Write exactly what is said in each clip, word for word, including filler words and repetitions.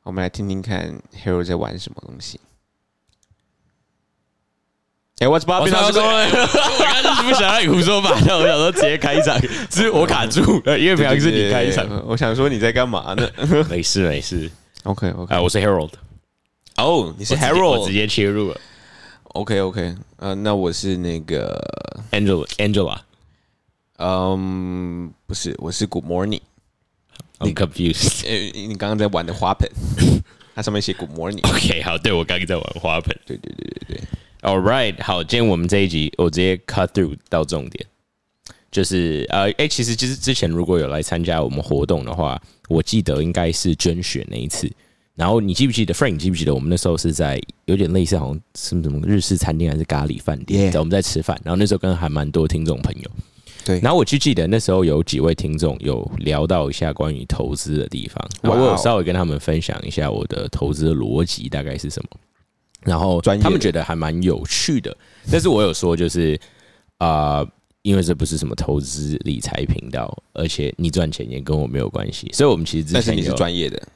我们来听听看 Harold 在玩什么东西。哎、欸、，What's popping？ 老师， 我刚刚就是不想让你胡说八道，我想说直接开场，只是我卡住了，因为平常是你开场。 我想说你在干嘛呢？ 没事没事 ，OK OK，、 啊、我是 Harold。 哦，你是 Harold， 我直接切入了。 OK OK， 呃，那我是那个 Angela Angela， 嗯，不是，我是 Good Morning。I'm confused。 你刚刚在玩的花盆，它上面写 Good Morning。 OK， 好，对我刚刚在玩花盆。 对对对对对。 All right， 好，今天我们这一集我直接 cut through 到重点，就是呃，哎、欸，其实就是之前如果有来参加我们活动的话，我记得应该是甄选那一次。然后你记不记得 Frank？ 你记不记得我们那时候是在有点类似好像是什么日式餐厅还是咖喱饭店， yeah. 我们在吃饭。然后那时候跟还蛮多听众朋友，对。然后我就记得那时候有几位听众有聊到一下关于投资的地方，然后我有稍微跟他们分享一下我的投资的逻辑大概是什么。然后他们觉得还蛮有趣的，但是我有说就是啊、呃，因为这不是什么投资理财频道，而且你赚钱也跟我没有关系，所以我们其实之前但是你是专业的。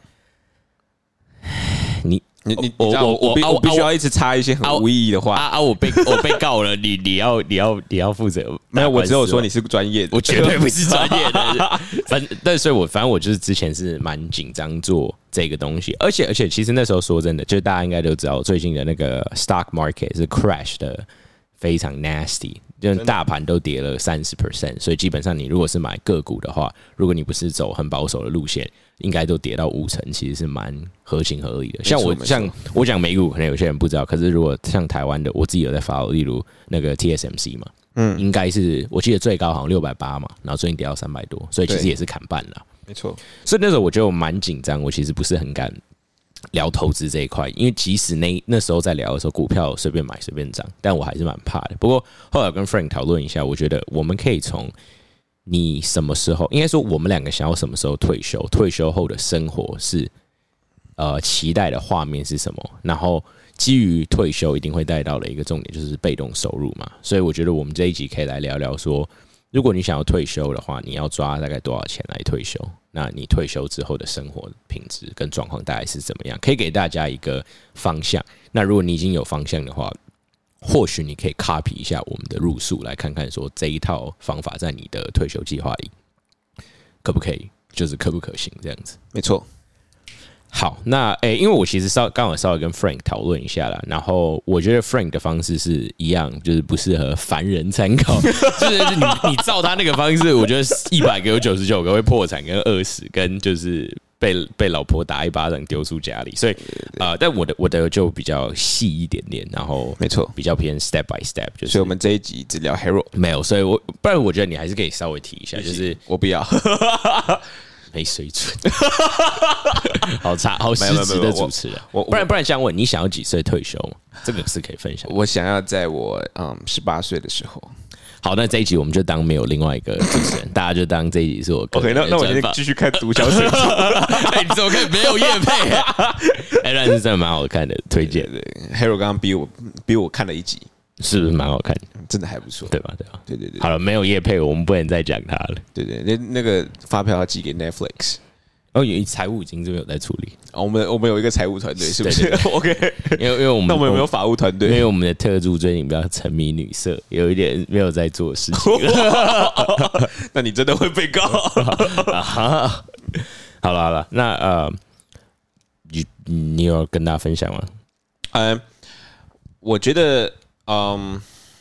你你你我我我我必须要一直插一些很无意义的话啊啊！我被我被告了，你你要你要你要负责。 没有，我只有说你是专业的， 我绝对不是专业的。反但所以我反正我就是之前是蛮紧张做这个东西，而且而且其实那时候说真的，就是大家应该都知道，最近的那个 stock market 是 crash 的非常 nasty。就大盘都跌了三十 percent， 所以基本上你如果是买个股的话，如果你不是走很保守的路线，应该都跌到五成，其实是蛮合情合理的。像我像我讲美股，可能有些人不知道，可是如果像台湾的，我自己有在 follow， 例如那个 T S M C 嘛，嗯，应该是我记得最高好像六百八嘛，然后最近跌到三百多，所以其实也是砍半了。 没错， 所以那时候我就蛮紧张，我其实不是很敢聊投资这一块，因为即使那那时候在聊的时候，股票随便买随便涨，但我还是蛮怕的。不过后来我跟 Frank 讨论一下，我觉得我们可以从你什么时候，应该说我们两个想要什么时候退休，退休后的生活是呃期待的画面是什么，然后基于退休一定会带到的一个重点就是被动收入嘛。所以我觉得我们这一集可以来聊聊说，如果你想要退休的话，你要抓大概多少钱来退休？那你退休之后的生活品质跟状况大概是怎么样？可以给大家一个方向。那如果你已经有方向的话，或许你可以 copy 一下我们的路数，来看看说这一套方法在你的退休计划里可不可以，就是可不可行这样子。 没错。 好，那诶、欸，因为我其实稍刚好稍微跟 Frank 讨论一下啦，然后我觉得 Frank 的方式是一样，就是不适合凡人参考，就是你你照他那个方式，我觉得一百个有九十九个会破产，跟饿死，跟就是被被老婆打一巴掌丢出家里，所以啊、呃，但我的我的就比较细一点点，然后没错， 比较偏 step by step， 就是， 所以我们这一集只聊 Harold 没有，所以我不然我觉得你还是可以稍微提一下，就是我不要。 没水准，好差，好失职的主持人。不然不然，想问你想要几岁退休吗？这个是可以分享。 我想要在我嗯十八岁的时候。 好，那这一集我们就当没有另外一个主持人，大家就当这一集是我个人的 OK， 那那我先继续看独角水。 哎，你怎么看没有业配？哎，但是真的蛮好看的，推荐的。 Harold 刚刚逼我逼我看了一集。 是不是蛮好看的？ 真的还不错， 对吧？对吧？ 对对对。 好了，没有业配，我们不能再讲它了。 对对，那那个发票要寄给 Netflix。 哦，有财务已经这边有在处理。 哦，我们我们有一个财务团队，是不是 ？OK。 因为因为我们那我们有没有法务团队？ 因为我们的特助最近比较沉迷女色，有一点没有在做事情。 那你真的会被告？ 好了好了，那呃，你你有跟大家分享吗？ 嗯，我觉得。嗯，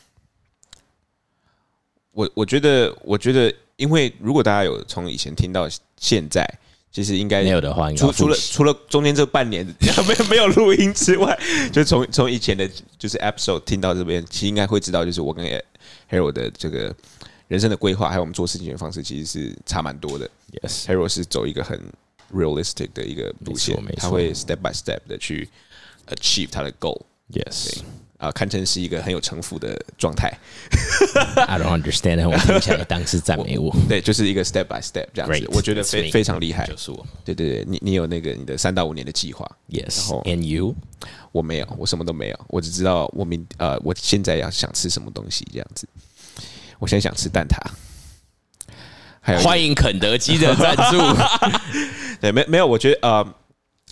我我觉得，我觉得，因为如果大家有从以前听到现在，其实应该没有的话， 除除了除了中间这半年没有没有录音之外，就从从以前的就是 episode 听到这边，其实应该会知道，就是我跟 Harold 的这个人生的规划，还有我们做事情的方式，其实是差蛮多的。 Yes， Harold 是走一个很 realistic 的一个路线，他会 step by step 的去 achieve 他的 goal。Yes。啊，堪称是一个很有城府的状态。 I don't understand， 我听起来当是赞美我。 对，就是一个 step by step 这样子，我觉得非非常厉害。 就是我。 对对对，你你有那个你的三到五年的计划。 Yes。然后 ，and you， 我没有，我什么都没有，我只知道我明呃，我现在要想吃什么东西这样子。我现在想吃蛋挞。还有欢迎肯德基的赞助。 对，没没有，我觉得呃。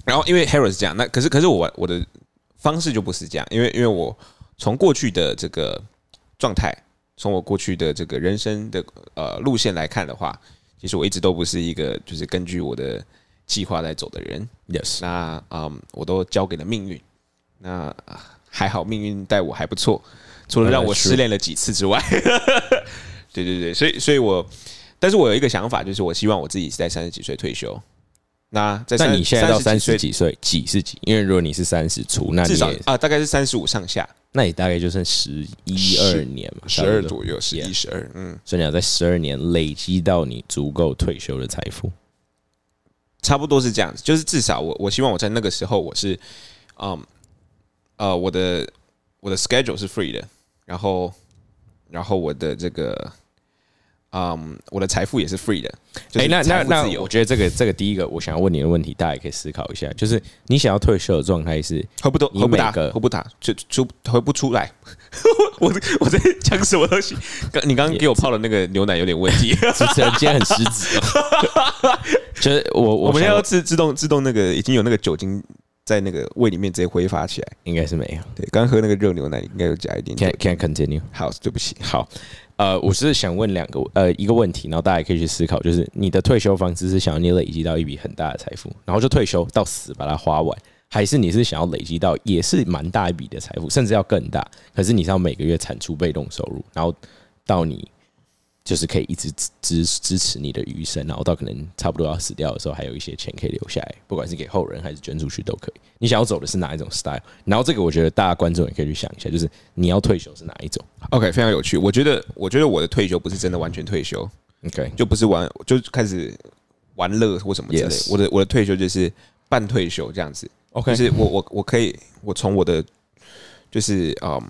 然后因为 Harold 是这样，那可是可是我我的方式就不是这样，因为因为我从过去的这个状态，从我过去的这个人生的呃路线来看的话，其实我一直都不是一个就是根据我的计划在走的人。 Yes， 那嗯，我都交给了命运。那还好，命运待我还不错，除了让我失恋了几次之外。对对对，所以所以我，但是我有一个想法，就是我希望我自己是在三十几岁退休。那在那你现在到三十几岁，几是几？因为如果你是三十出，那你至少啊，大概是三十五上下。 那你大概就剩十一二年嘛， 十二左右，十一十二，嗯， 所以你要在十二年累积到你足够退休的财富， 差不多是这样子。就是至少我我希望我在那个时候我是，嗯，呃，我的我的 schedule 是 free 的，然后然后我的这个。嗯，我的财富也是 free 的。哎、欸， 那那那，我觉得这个这个第一个，我想要问你的问题，大家也可以思考一下，就是你想要退休的状态是回不多，回不打，回不打，就就回不出来。我我在讲什么东西？你刚刚给我泡的那个牛奶有点问题， 主持人今天很失职。就是我我我们要自自动自动那个已经有那个酒精在那个胃里面直接挥发起来， 应该是没有。 对，刚喝那个热牛奶应该有加一点点。 Can can continue？ 好，对不起， 好。呃，我是想问两个呃一个问题，然后大家也可以去思考，就是你的退休方式是想要你累积到一笔很大的财富，然后就退休到死把它花完，还是你是想要累积到也是蛮大一笔的财富，甚至要更大，可是你是要每个月产出被动收入，然后到你就是可以一直支支持你的余生，然后到可能差不多要死掉的时候，还有一些钱可以留下来，不管是给后人还是捐出去都可以。你想要走的是哪一种 style？ 然后这个我觉得大家观众也可以去想一下，就是你要退休是哪一种 ？OK， 非常有趣。我觉得，我觉得我的退休不是真的完全退休 ，OK， 就不是玩，就开始玩乐或什么之类的。 Yes. 我的我的退休就是半退休这样子。 OK， 就是我我我可以，我从我的就是嗯。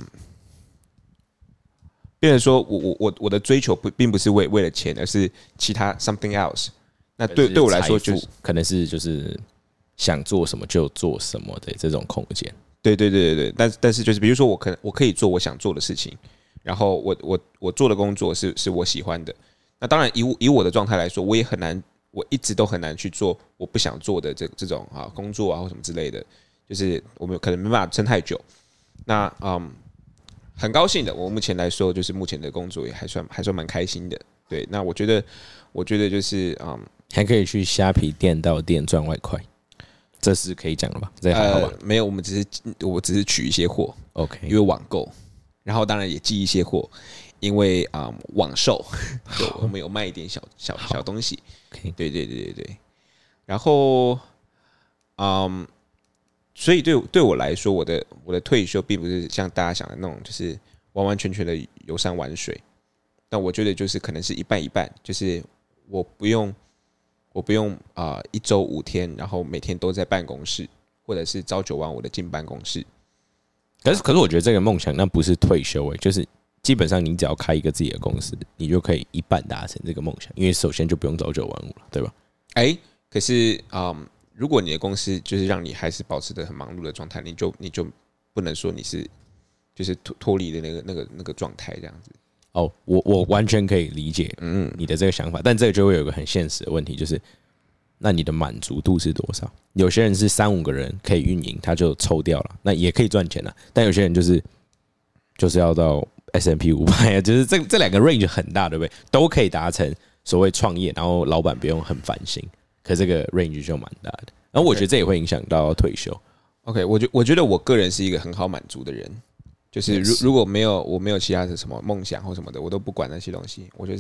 变成说我我我我的追求不并不是为为了钱，而是其他 something else。那对对我来说，就是可能是就是想做什么就做什么的这种空间。 对对对对对，但但是就是比如说我可能我可以做我想做的事情，然后我我我做的工作是是我喜欢的。那当然以以我的状态来说，我也很难，我一直都很难去做我不想做的这这种啊工作啊或什么之类的，就是我们可能没办法撑太久。那嗯。很高兴的，我目前来说，就是目前的工作也还算还算蛮开心的。对，那我觉得，我觉得就是嗯， 还可以去虾皮店到店赚外快，这是可以讲的吧？这还好吧、 呃？没有，我们只是我只是取一些货 ，OK， 因为网购，然后当然也寄一些货，因为啊、嗯、网售，对，我们有卖一点小小小东西。 Okay. 对对对对对，然后嗯。所以对对我来说，我的我的退休并不是像大家想的那种，就是完完全全的游山玩水。但我觉得就是可能是一半一半，就是我不用我不用啊、呃、一周五天，然后每天都在办公室，或者是朝九晚五的进办公室。 可是可是我觉得这个梦想那不是退休诶、欸，就是基本上你只要开一个自己的公司，你就可以一半达成这个梦想，因为首先就不用朝九晚五了，对吧？ 哎、欸，可是嗯。如果你的公司就是让你还是保持着很忙碌的状态，你就你就不能说你是就是脱脱离的那个那个那个状态这样子。 哦，我我完全可以理解嗯你的这个想法，但这个就会有一个很现实的问题，就是那你的满足度是多少？有些人是三五个人可以运营，他就抽掉了，那也可以赚钱了。但有些人就是就是要到 S and P 五百啊，就是这这两个 range 很大，对不对？都可以达成所谓创业，然后老板不用很烦心。可这个 range 就蛮大的，然后我觉得这也会影响到退休。 OK， 我觉我觉得我个人是一个很好满足的人，就是如如果没有我没有其他的什么梦想或什么的，我都不管那些东西。我就是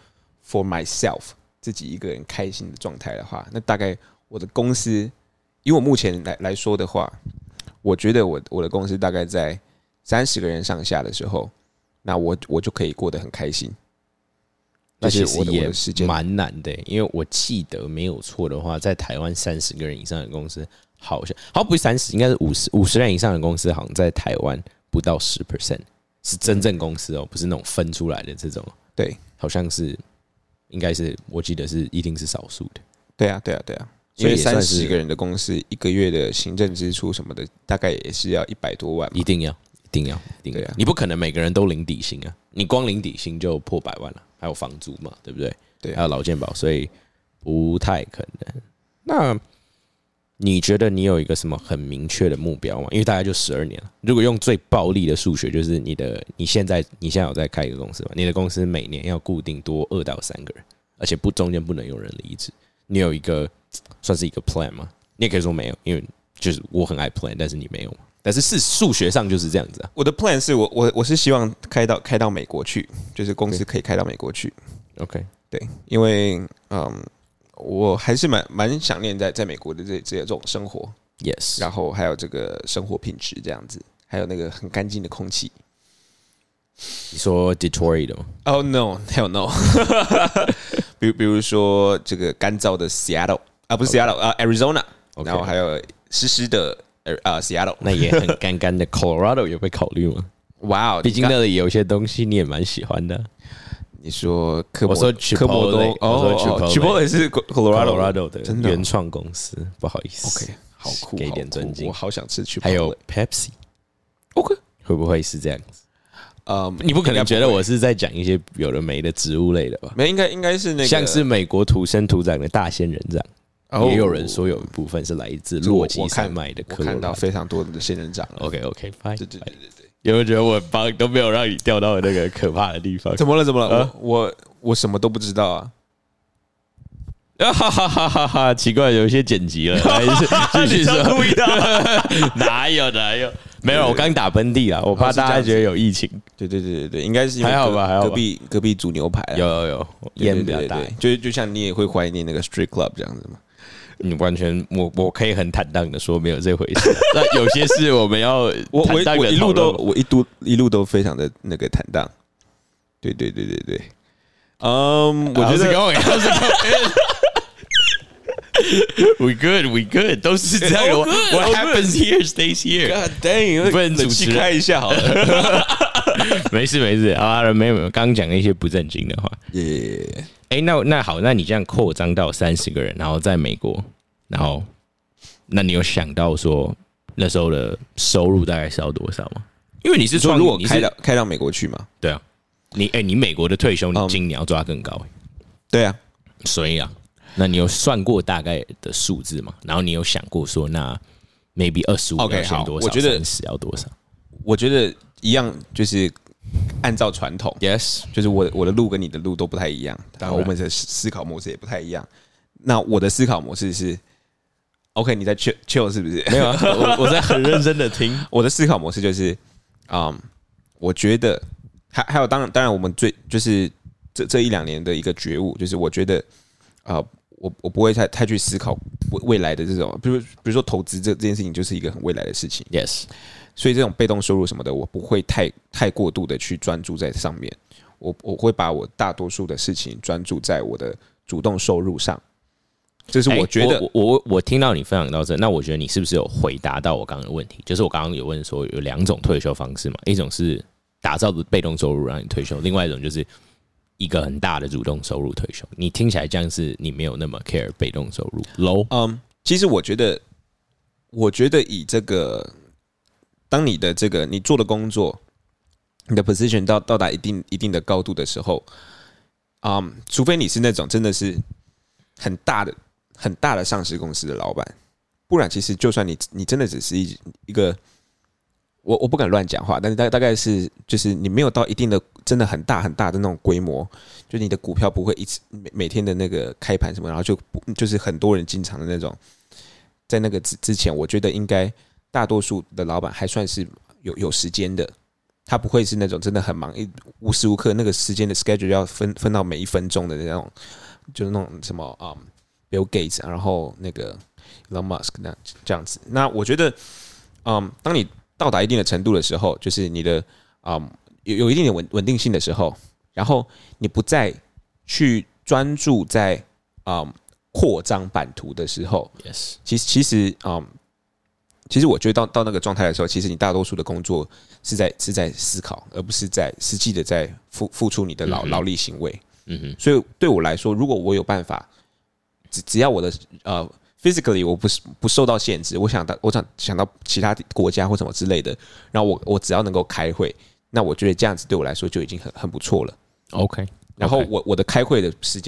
for myself 自己一个人开心的状态的话，那大概我的公司，以我目前来来说的话，我觉得我我的公司大概在三十个人上下的时候，那我我就可以过得很开心。 那其实也蛮难的、欸，因为我记得没有错的话，在台湾三十个人以上的公司，好像好不是三十，应该是五十五十人以上的公司，好像在台湾不到十 percent 是真正公司哦，不是那种分出来的这种。 对， 好像是，应该是我记得是一定是少数的。 对啊，对啊，对啊，因为三十个人的公司，一个月的行政支出什么的，大概也是要一百多万嘛， 一定要，一定要，一定要。你不可能每个人都领底薪啊，你光领底薪就破百万了。还有房租嘛，对不对？ 对， 还有劳健保，所以不太可能。那你觉得你有一个什么很明确的目标吗？因为大概就十二年了。如果用最暴力的数学，就是你的你现在你现在有在开一个公司吗？你的公司每年要固定多二到三个人，而且不中间不能有人离职。你有一个算是一个 plan 吗？你也可以说没有，因为就是我很爱 plan， 但是你没有。但是是数学上就是这样子啊。 我的 plan 是我我我是希望开到开到美国去，就是公司可以开到美国去。 OK， 对，因为嗯。我还是蛮蛮想念在在美国的这这种生活 ，yes， 然后还有这个生活品质这样子，还有那个很干净的空气。 你说 Detroit 的吗？ 哦、oh, no hell no， 比比如说这个干燥的 Seattle 啊，不是 Seattle 啊、uh, Arizona，、okay. 然后还有湿湿的呃、uh, Seattle， 那也很干干的 Colorado 有被考虑吗？ 哇、wow, 毕竟那里有些东西你也蛮喜欢的。 你说科我说科摩多哦 ，Chipotle 是 Colorado 的原创公司，不好意思 ，OK， 好酷， 给一点尊敬。 我好想吃 Chipotle， 还有 Pepsi，OK， 会不会是这样子？ 呃、um, 你不可能觉得我是在讲一些有的没的植物类的吧？ 没，应该应该是那个， 像是美国土生土长的大仙人掌，哦、也有人说有一部分是来自洛基山脉的科罗拉多。 我看到非常多的仙人掌。 OK OK， fine， 对对对对对。 有没有觉得我很棒，都没有让你掉到那个可怕的地方？ 怎么了？怎么了？呃、我我我什么都不知道啊！ 哈哈哈哈哈！奇怪，有一些剪辑了，还是继续说。 注意到？ 哪有哪有？没有，我刚打喷嚏啦，我怕大家觉得有疫情。 对对对对对，应该是还好吧？还好吧。 隔壁隔壁煮牛排啊， 有有有，烟比较大。 就就像你也会怀念那个 Street Club 这样子嘛。 你完全，我我可以很坦荡的说没有这回事。那有些事我们要我我我一路都我一路一路都非常的那个坦荡。对对对对对，嗯，我觉得 we good we good 都是这样的。What happens here stays here。 God dang， 不能主持开一下好了。 没事没事啊，没有没有，刚刚讲了一些不正经的话。 耶。 哎、欸，那那好，那你这样扩张到三十个人，然后在美国，然后，那你有想到说那时候的收入大概是要多少吗？因为你是说， 如果开到开到美国去嘛？ 对啊，你哎、欸，你美国的退休金你要抓更高、欸嗯。 对啊， 所以啊，那你有算过大概的数字吗？然后你有想过说，那 maybe 二十五要先多少？我觉得三十要多少？ 我觉得一样，就是按照传统 ，yes， 就是我我的路跟你的路都不太一样，然后我们的思考模式也不太一样。那我的思考模式是 ，OK， 你在 chill chill 是不是？ 没有啊，我我在很认真的听。 我的思考模式就是，嗯，我觉得还还有当然当然我们最就是这这一两年的一个觉悟，就是我觉得啊、呃，我我不会太太去思考未来的这种，比如比如说投资这这件事情就是一个很未来的事情 ，yes。 所以这种被动收入什么的，我不会太太过度的去专注在上面。我我会把我大多数的事情专注在我的主动收入上。这是我觉得， 欸、我我我听到你分享到这，那我觉得你是不是有回答到我刚刚的问题？就是我刚刚有问说有两种退休方式嘛，一种是打造的被动收入让你退休，另外一种就是一个很大的主动收入退休。你听起来这样是你没有那么 care 被动收入 low。 嗯，其实我觉得，我觉得以这个。当你的这个你做的工作，你的 position 到到达一定一定的高度的时候，啊、um, ，除非你是那种真的是很大的很大的上市公司的老板，不然其实就算你你真的只是一一个，我我不敢乱讲话，但是大大概是就是你没有到一定的真的很大很大的那种规模，就你的股票不会一直每每天的那个开盘什么，然后就就是很多人进场的那种，在那个之之前，我觉得应该。大多数的老板还算是有有时间的，他不会是那种真的很忙，无时无刻那个时间的 schedule 要分分到每一分钟的那种，就是那种什么啊、um, ，Bill Gates， 然后那个 Elon Musk 那这样子。那我觉得，嗯，当你到达一定的程度的时候，就是你的啊、um, 有有一定的稳稳定性的时候，然后你不再去专注在啊、um, 扩张版图的时候 ，yes， 其实其实啊。Um, 其实我觉得到到那个状态的时候，其实你大多数的工作是在是在思考，而不是在实际的在付付出你的劳劳力行为。嗯哼，所以对我来说，如果我有办法，只只要我的呃 physically 我不不受到限制，我想到我想想到其他国家或什么之类的，然后我我只要能够开会，那我觉得这样子对我来说就已经很很不错了。 OK， 然后我我的开会的时间也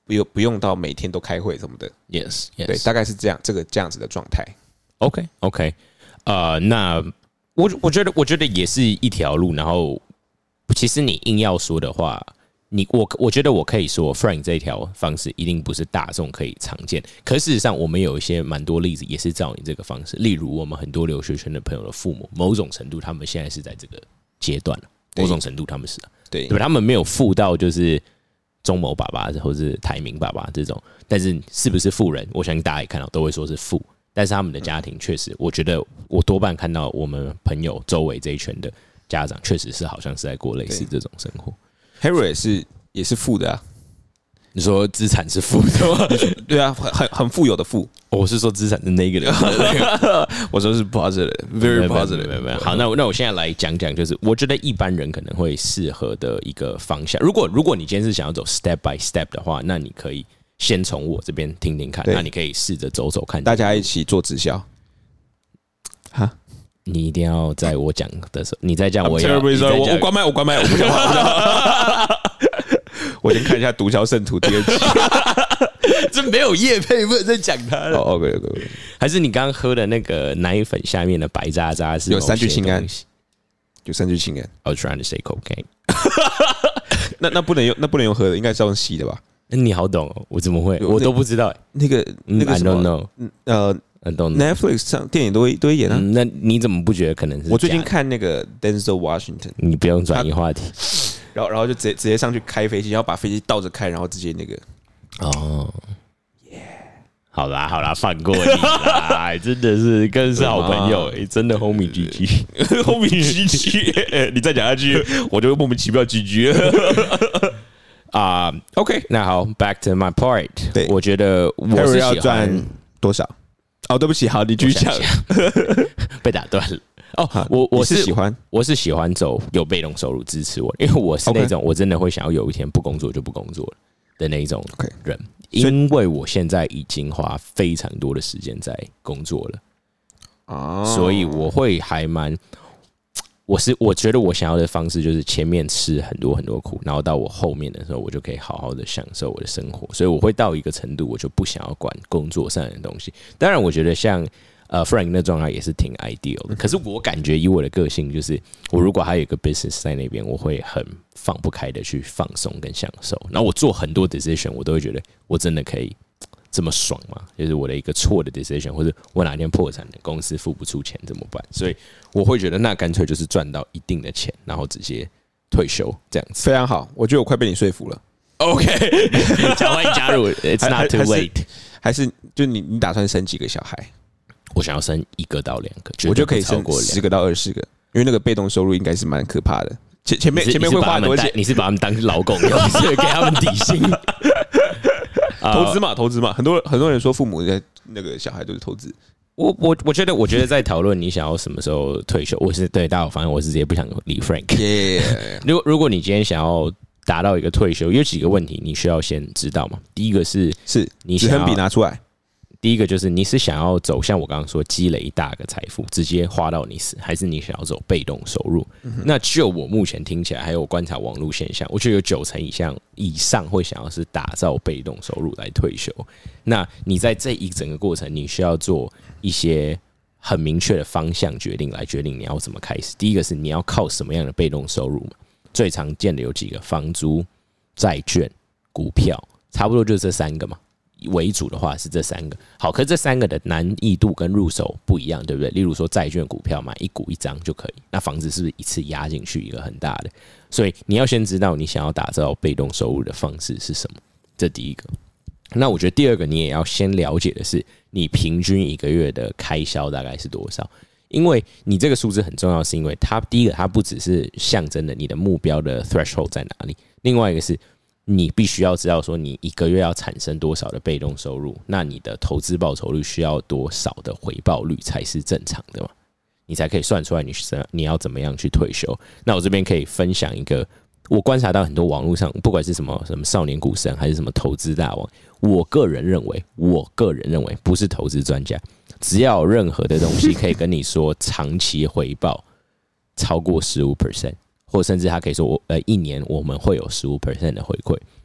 不用不用到每天都开会什么的。 Yes，, yes 对，大概是这样，这个这样子的状态。 OK OK， 呃，那我我觉得我觉得也是一条路。然后，其实你硬要说的话，你我我觉得我可以说 ，Frank 这一条方式一定不是大众可以常见。可事实上，我们有一些蛮多例子也是照你这个方式。例如，我们很多留学圈的朋友的父母，某种程度他们现在是在这个阶段了，某种程度他们是、啊、 对， 对吧？他们没有富到就是中某爸爸或是台明爸爸这种，但是是不是富人，我相信大家也看到都会说是富。但是他们的家庭确实，我觉得我多半看到我们朋友周围这一圈的家长，确实是好像是在过类似这种生活。 Harry 也是也是富的啊。 你说资产是富的吗？ 对啊，很很富有的富。 我是说资产是 negative， 我说是 positive，very positive。 好，那那我现在来讲讲，就是我觉得一般人可能会适合的一个方向。如果如果你今天是想要走 step by step 的话，那你可以先从我这边听听看，那你可以试着走走看， 大家一起做直销。哈， 你一定要在我讲的时候，你再讲，我也要。 我我关麦，我关麦，我不讲话。我先看一下《毒枭圣徒》第二集。 这没有业配，不能再讲它了。 哦 ，OK OK OK。 还是你刚刚喝的那个奶粉下面的白渣渣是有三聚氰胺？有三聚氰胺。 I was trying to say cocaine 那那不能用，那不能用喝的，应该是用吸的吧？ 你好懂哦，我怎么会？我都不知道、欸。 那个那个什么 I don't know， 呃 I don't know ，Netflix 上电影都会都会演啊、 嗯。那你怎么不觉得可能是？ 我最近看那个 Denzel Washington， 你不用转移话题。 然后然后就直接直接上去开飞机，然后把飞机倒着开，然后直接那个。 哦，耶，好啦好啦，放过你啦，真的是更是好朋友、欸，真的 homie G G，homie G G， 你再讲下去，我就莫名其妙 G G 了。 啊、uh, ，OK， 那好 ，Back to my part。对，我觉得我是要赚多少？哦，对不起，好，你继续讲。 被打断了。哦，我我是喜欢， 我是喜欢走有被动收入支持我，因为我是那种我真的会想要有一天不工作就不工作了的那一种人，因为我现在已经花非常多的时间在工作了，哦，所以我会还蛮。我是我觉得我想要的方式就是前面吃很多很多苦，然后到我后面的时候，我就可以好好的享受我的生活。所以我会到一个程度，我就不想要管工作上的东西。当然，我觉得像呃 Frank 的状态也是挺 ideal 的。可是我感觉以我的个性，就是我如果还有一个 business 在那边，我会很放不开的去放松跟享受。然后我做很多 decision， 我都会觉得我真的可以这么爽吗？就是我的一个错的 decision， 或者我哪天破产了，公司付不出钱怎么办？所以我会觉得那干脆就是赚到一定的钱，然后直接退休这样子。 非常好，我觉得我快被你说服了。 OK， 欢迎加入 ，It's not too late。 还是就你你打算生几个小孩？ 我想要生一个到两个， 我就可以生十个到二十个，因为那个被动收入应该是蛮可怕的。前前面前面会花很多钱， 你是把他们当劳工用，是给他们底薪。 投资嘛，投资嘛，很多很多人说父母在那个小孩都是投资。 我我我觉得，我觉得在讨论你想要什么时候退休，我是对大家，反正我是直接不想理 Frank。 Yeah. 如果如果你今天想要达到一个退休，有几个问题你需要先知道嘛。第一个是是你纸和笔拿出来。 第一个就是你是想要走像我刚刚说积累一大个财富，直接花到你死，还是你想要走被动收入？嗯、那就我目前听起来，还有观察网络现象，我觉得有九成以上以上会想要是打造被动收入来退休。那你在这一整个过程，你需要做一些很明确的方向决定，来决定你要怎么开始。第一个是你要靠什么样的被动收入嘛？最常见的有几个：房租、债券、股票，差不多就这三个嘛。为主的话是这三个，好，可是这三个的难易度跟入手不一样，对不对？例如说债券、股票买一股一张就可以，那房子是不是一次压进去一个很大的？所以你要先知道你想要打造被动收入的方式是什么，这第一个。那我觉得第二个你也要先了解的是，你平均一个月的开销大概是多少？因为你这个数字很重要，是因为它第一个它不只是象征了你的目标的 threshold 在哪里，另外一个是。你必须要知道说，你一个月要产生多少的被动收入，那你的投资报酬率需要多少的回报率才是正常的嘛？你才可以算出来你你要怎么样去退休。那我这边可以分享一个，我观察到很多网络上，不管是什么什么少年股神，还是什么投资大王，我个人认为，我个人认为不是投资专家，只要有任何的东西可以跟你说长期回报超过 百分之十五。或甚至他可以说我，呃，一年我们会有 百分之十五 的回馈，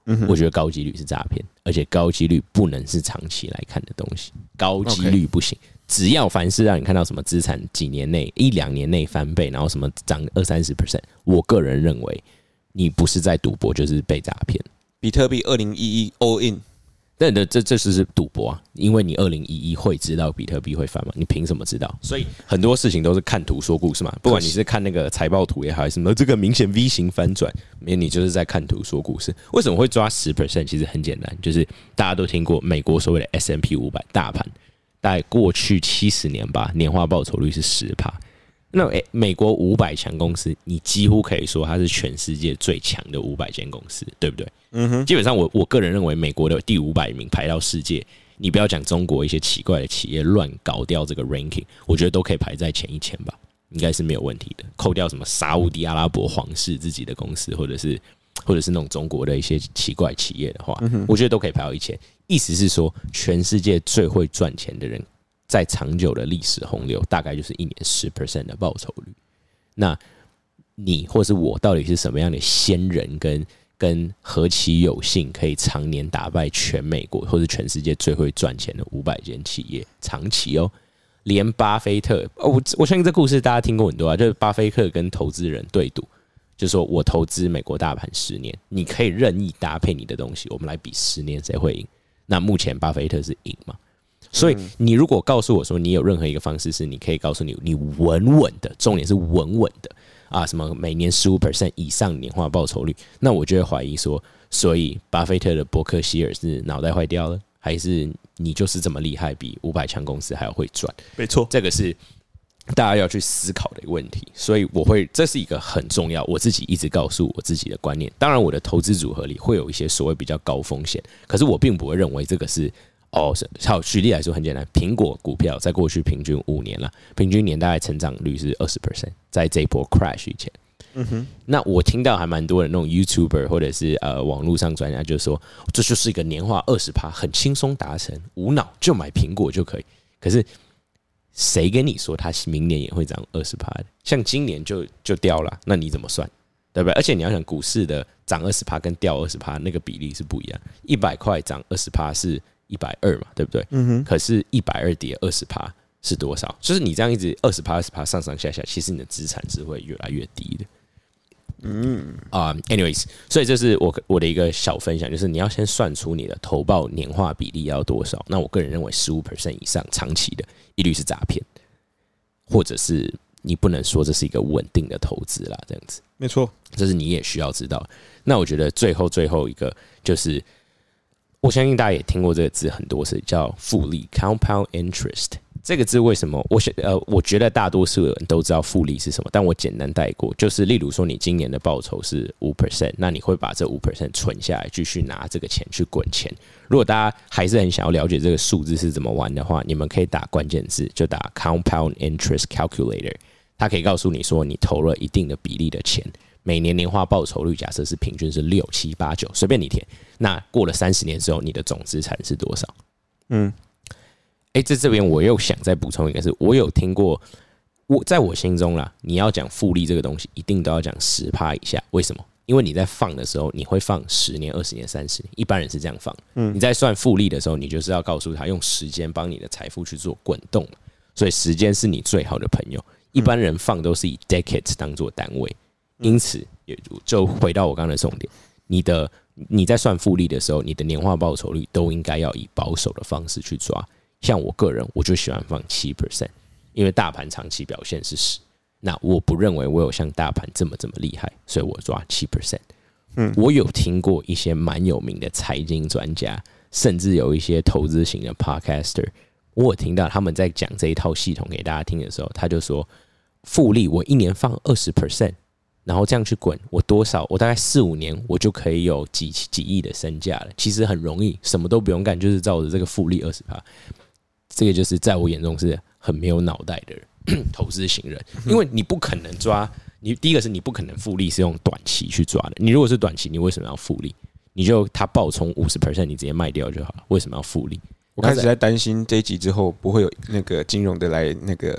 嗯、我觉得高几率是诈骗，而且高几率不能是长期来看的东西，高几率不行。Okay. 只要凡是让你看到什么资产几年内、一两年内翻倍，然后什么涨二三十 percent， 我个人认为你不是在赌博，就是被诈骗。 比特币二零一一 all in。 但这这这是赌博啊，因为你二零一一会知道比特币会翻吗？你凭什么知道？所以很多事情都是看图说故事嘛。不管你是看那个财报图也好，还是什么这个明显 V 型反转，你就是在看图说故事。为什么会抓 百分之十？ 其实很简单，就是大家都听过美国所谓的 S and P 五百 大盘，大概过去七十年吧，年化报酬率是 百分之十。那诶，美国五百强公司，你几乎可以说它是全世界最强的五百间公司，对不对？嗯哼。基本上我，我我个人认为，美国的第五百名排到世界，你不要讲中国一些奇怪的企业乱搞掉这个 ranking， 我觉得都可以排在前一千吧，应该是没有问题的。扣掉什么沙烏地阿拉伯皇室自己的公司，或者是或者是那种中国的一些奇怪企业的话，嗯、我觉得都可以排到一千。意思是说，全世界最会赚钱的人。在长久的历史洪流，大概就是一年 百分之十 的报酬率。那你或是我到底是什么样的仙人跟，跟何其有幸可以常年打败全美国或是全世界最会赚钱的五百间企业？长期哦，连巴菲特，我我相信这故事大家听过很多啊，就是巴菲特跟投资人对赌，就是说我投资美国大盘十年，你可以任意搭配你的东西，我们来比十年谁会赢。那目前巴菲特是赢嘛？所以你如果告诉我说你有任何一个方式是你可以告诉你你稳稳的，重点是稳稳的啊，什么每年 百分之十五 以上年化报酬率，那我就会怀疑说，所以巴菲特的伯克希尔是脑袋坏掉了，还是你就是这么厉害，比五百强公司还要会赚？ 没错， 这个是大家要去思考的一个问题。所以我会，这是一个很重要，我自己一直告诉我自己的观念。当然，我的投资组合里会有一些所谓比较高风险，可是我并不会认为这个是。哦，好，举例来说很简单，苹果股票在过去平均五年了，平均年大概成长率是 百分之二十， 在这一波 crash 以前。嗯哼，那我听到还蛮多的那种 YouTuber 或者是呃网络上专家就说，这就是一个年化 百分之二十， 很轻松达成，无脑就买苹果就可以。可是谁跟你说他明年也会涨 百分之二十 的？像今年就就掉了，那你怎么算？对不对？而且你要想股市的涨 百分之二十 跟掉 百分之二十 那个比例是不一样，一百块涨 百分之二十 是一百二嘛，对不对？嗯哼。可是一百二跌 百分之二十 是多少？就是你这样一直 百分之二十 二十 上上下下，其实你的资产是会越来越低的。嗯啊、uh, ，anyways， 所以这是我我的一个小分享，就是你要先算出你的投报年化比例要多少。那我个人认为 百分之十五 以上长期的一律是诈骗，或者是你不能说这是一个稳定的投资啦，这样子。 没错， 这是你也需要知道。那我觉得最后最后一个就是。我相信大家也听过这个字很多次，叫复利 （compound interest）。这个字为什么？我呃，我觉得大多数人都知道复利是什么，但我简单带过，就是例如说，你今年的报酬是 百分之五， 那你会把这 百分之五 存下来，继续拿这个钱去滚钱。如果大家还是很想要了解这个数字是怎么玩的话，你们可以打关键字，就打 compound interest calculator， 它可以告诉你说，你投了一定的比例的钱。每年年化报酬率假设是平均是六七八九，随便你填。那过了三十年之后，你的总资产是多少？嗯，哎、欸，在这边我又想再补充一个是，我有听过，我在我心中啦，你要讲复利这个东西，一定都要讲 百分之十 以下。为什么？因为你在放的时候，你会放十年、二十年、三十年，一般人是这样放。嗯，你在算复利的时候，你就是要告诉他用时间帮你的财富去做滚动，所以时间是你最好的朋友。一般人放都是以 decades 当做单位。因此，就回到我刚才的重点，你的你在算复利的时候，你的年化报酬率都应该要以保守的方式去抓。像我个人，我就喜欢放 百分之七， 因为大盘长期表现是十，那我不认为我有像大盘这么这么厉害，所以我抓 百分之七。嗯，我有听过一些蛮有名的财经专家，甚至有一些投资型的 podcaster， 我有听到他们在讲这一套系统给大家听的时候，他就说，复利我一年放 百分之二十。然后这样去滚，我多少？我大概四五年，我就可以有几几亿的身价了。其实很容易，什么都不用干，就是照着这个复利 百分之二十。这个就是在我眼中是很没有脑袋的人投资型人，因为你不可能抓你。第一个是你不可能复利是用短期去抓的。你如果是短期，你为什么要复利？你就它爆冲 百分之五十， 你直接卖掉就好了。为什么要复利？ 我开始在担心这一集之后不会有那个金融的来那个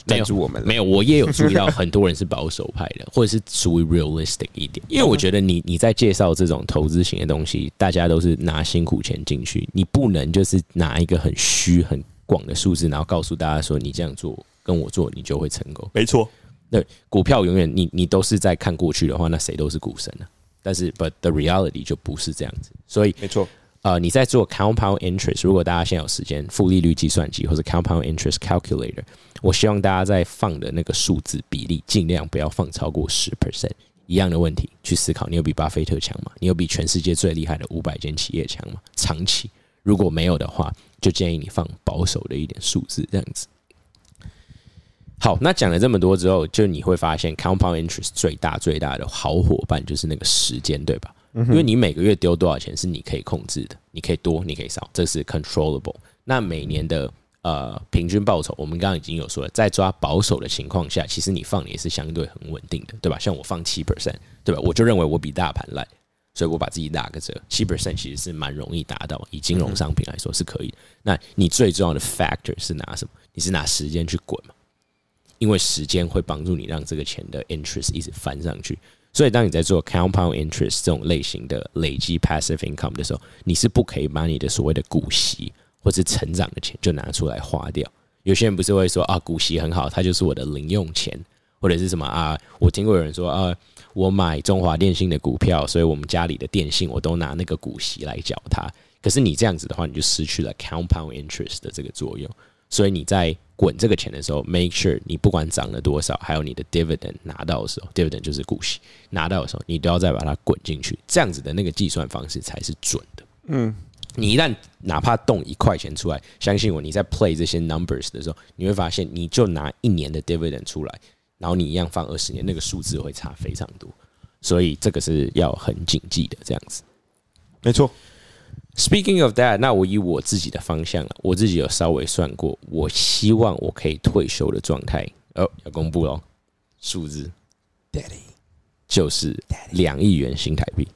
赞助我们了。 没有，我也有注意到很多人是保守派的，或者是属于 realistic 一点。因为我觉得你你在介绍这种投资型的东西，大家都是拿辛苦钱进去，你不能就是拿一个很虚很广的数字，然后告诉大家说你这样做跟我做，你就会成功。 没错， 对，股票永远你你都是在看过去的话，那谁都是股神啊。但是 ，but the reality 就不是这样子，所以没错。 呃，你在做 compound interest， 如果大家现在有时间，负利率计算机或者 compound interest calculator， 我希望大家在放的那个数字比例尽量不要放超过 百分之十。一样的问题去思考，你有比巴菲特强吗？你有比全世界最厉害的五百间企业强吗？长期如果没有的话，就建议你放保守的一点数字，这样子。好，那讲了这么多之后，就你会发现 compound interest 最大最大的好伙伴就是那个时间，对吧？因为你每个月丢多少钱是你可以控制的，你可以多，你可以少，这是 controllable。那每年的呃平均报酬，我们刚刚已经有说了，在抓保守的情况下，其实你放的也是相对很稳定的，对吧？像我放 百分之七， 对吧？我就认为我比大盘烂，所以我把自己打个折， 百分之七 其实是蛮容易达到，以金融商品来说是可以的。那你最重要的 factor 是拿什么？你是拿时间去滚嘛？因为时间会帮助你让这个钱的 interest 一直翻上去，所以当你在做 compound interest 这种类型的累积 passive income 的时候，你是不可以把你的所谓的股息或是成长的钱就拿出来花掉。有些人不是会说啊，股息很好，它就是我的零用钱，或者是什么啊？我听过有人说啊，我买中华电信的股票，所以我们家里的电信我都拿那个股息来缴它。可是你这样子的话，你就失去了 compound interest 的这个作用。所以你在滚这个钱的时候 ，make sure 你不管涨了多少，还有你的 dividend 拿到的时候 ，dividend 就是股息拿到的时候，你都要再把它滚进去，这样子的那个计算方式才是准的。嗯，你一旦哪怕动一块钱出来，相信我，你在 play 这些 numbers 的时候，你会发现，你就拿一年的 dividend 出来，然后你一样放二十年，那个数字会差非常多。所以这个是要很谨记的，这样子。 没错。 Speaking of that， 那我以我自己的方向，我自己有稍微算过，我希望我可以退休的状态，哦，要公布咯，数字 ，Daddy 就是两亿元新台币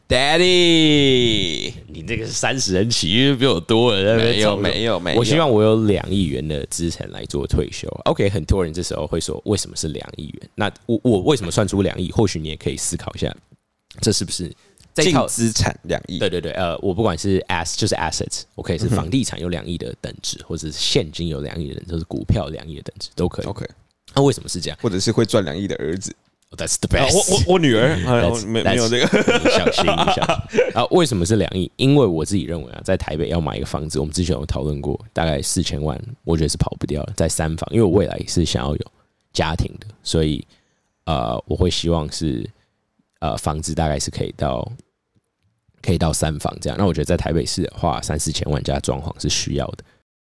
，Daddy， 你这个是三十人起因比我多了， 没有没有没有， 我希望我有两亿元的资产来做退休。OK， 很多人这时候会说，为什么是两亿元？那我我为什么算出两亿？或许你也可以思考一下，这是不是？ 净资产两亿， 对对对，呃，我不管是 as 就是 assets， 我可以是房地产有两亿的等值，或者是现金有两亿的等值，或是股票两亿的等值都可以。 OK， 那为什么是这样？ 或者是会赚两亿的儿子 ，oh, That's the best。 我我我女儿没没有这个， 你小心一下。啊，为什么是两亿？因为我自己认为啊，在台北要买一个房子，我们之前有讨论过，大概四千万，我觉得是跑不掉的，在三房，因为我未来是想要有家庭的，所以呃，我会希望是呃房子大概是可以到。可以到三房这样，那我觉得在台北市的话，三四千万加装潢是需要的。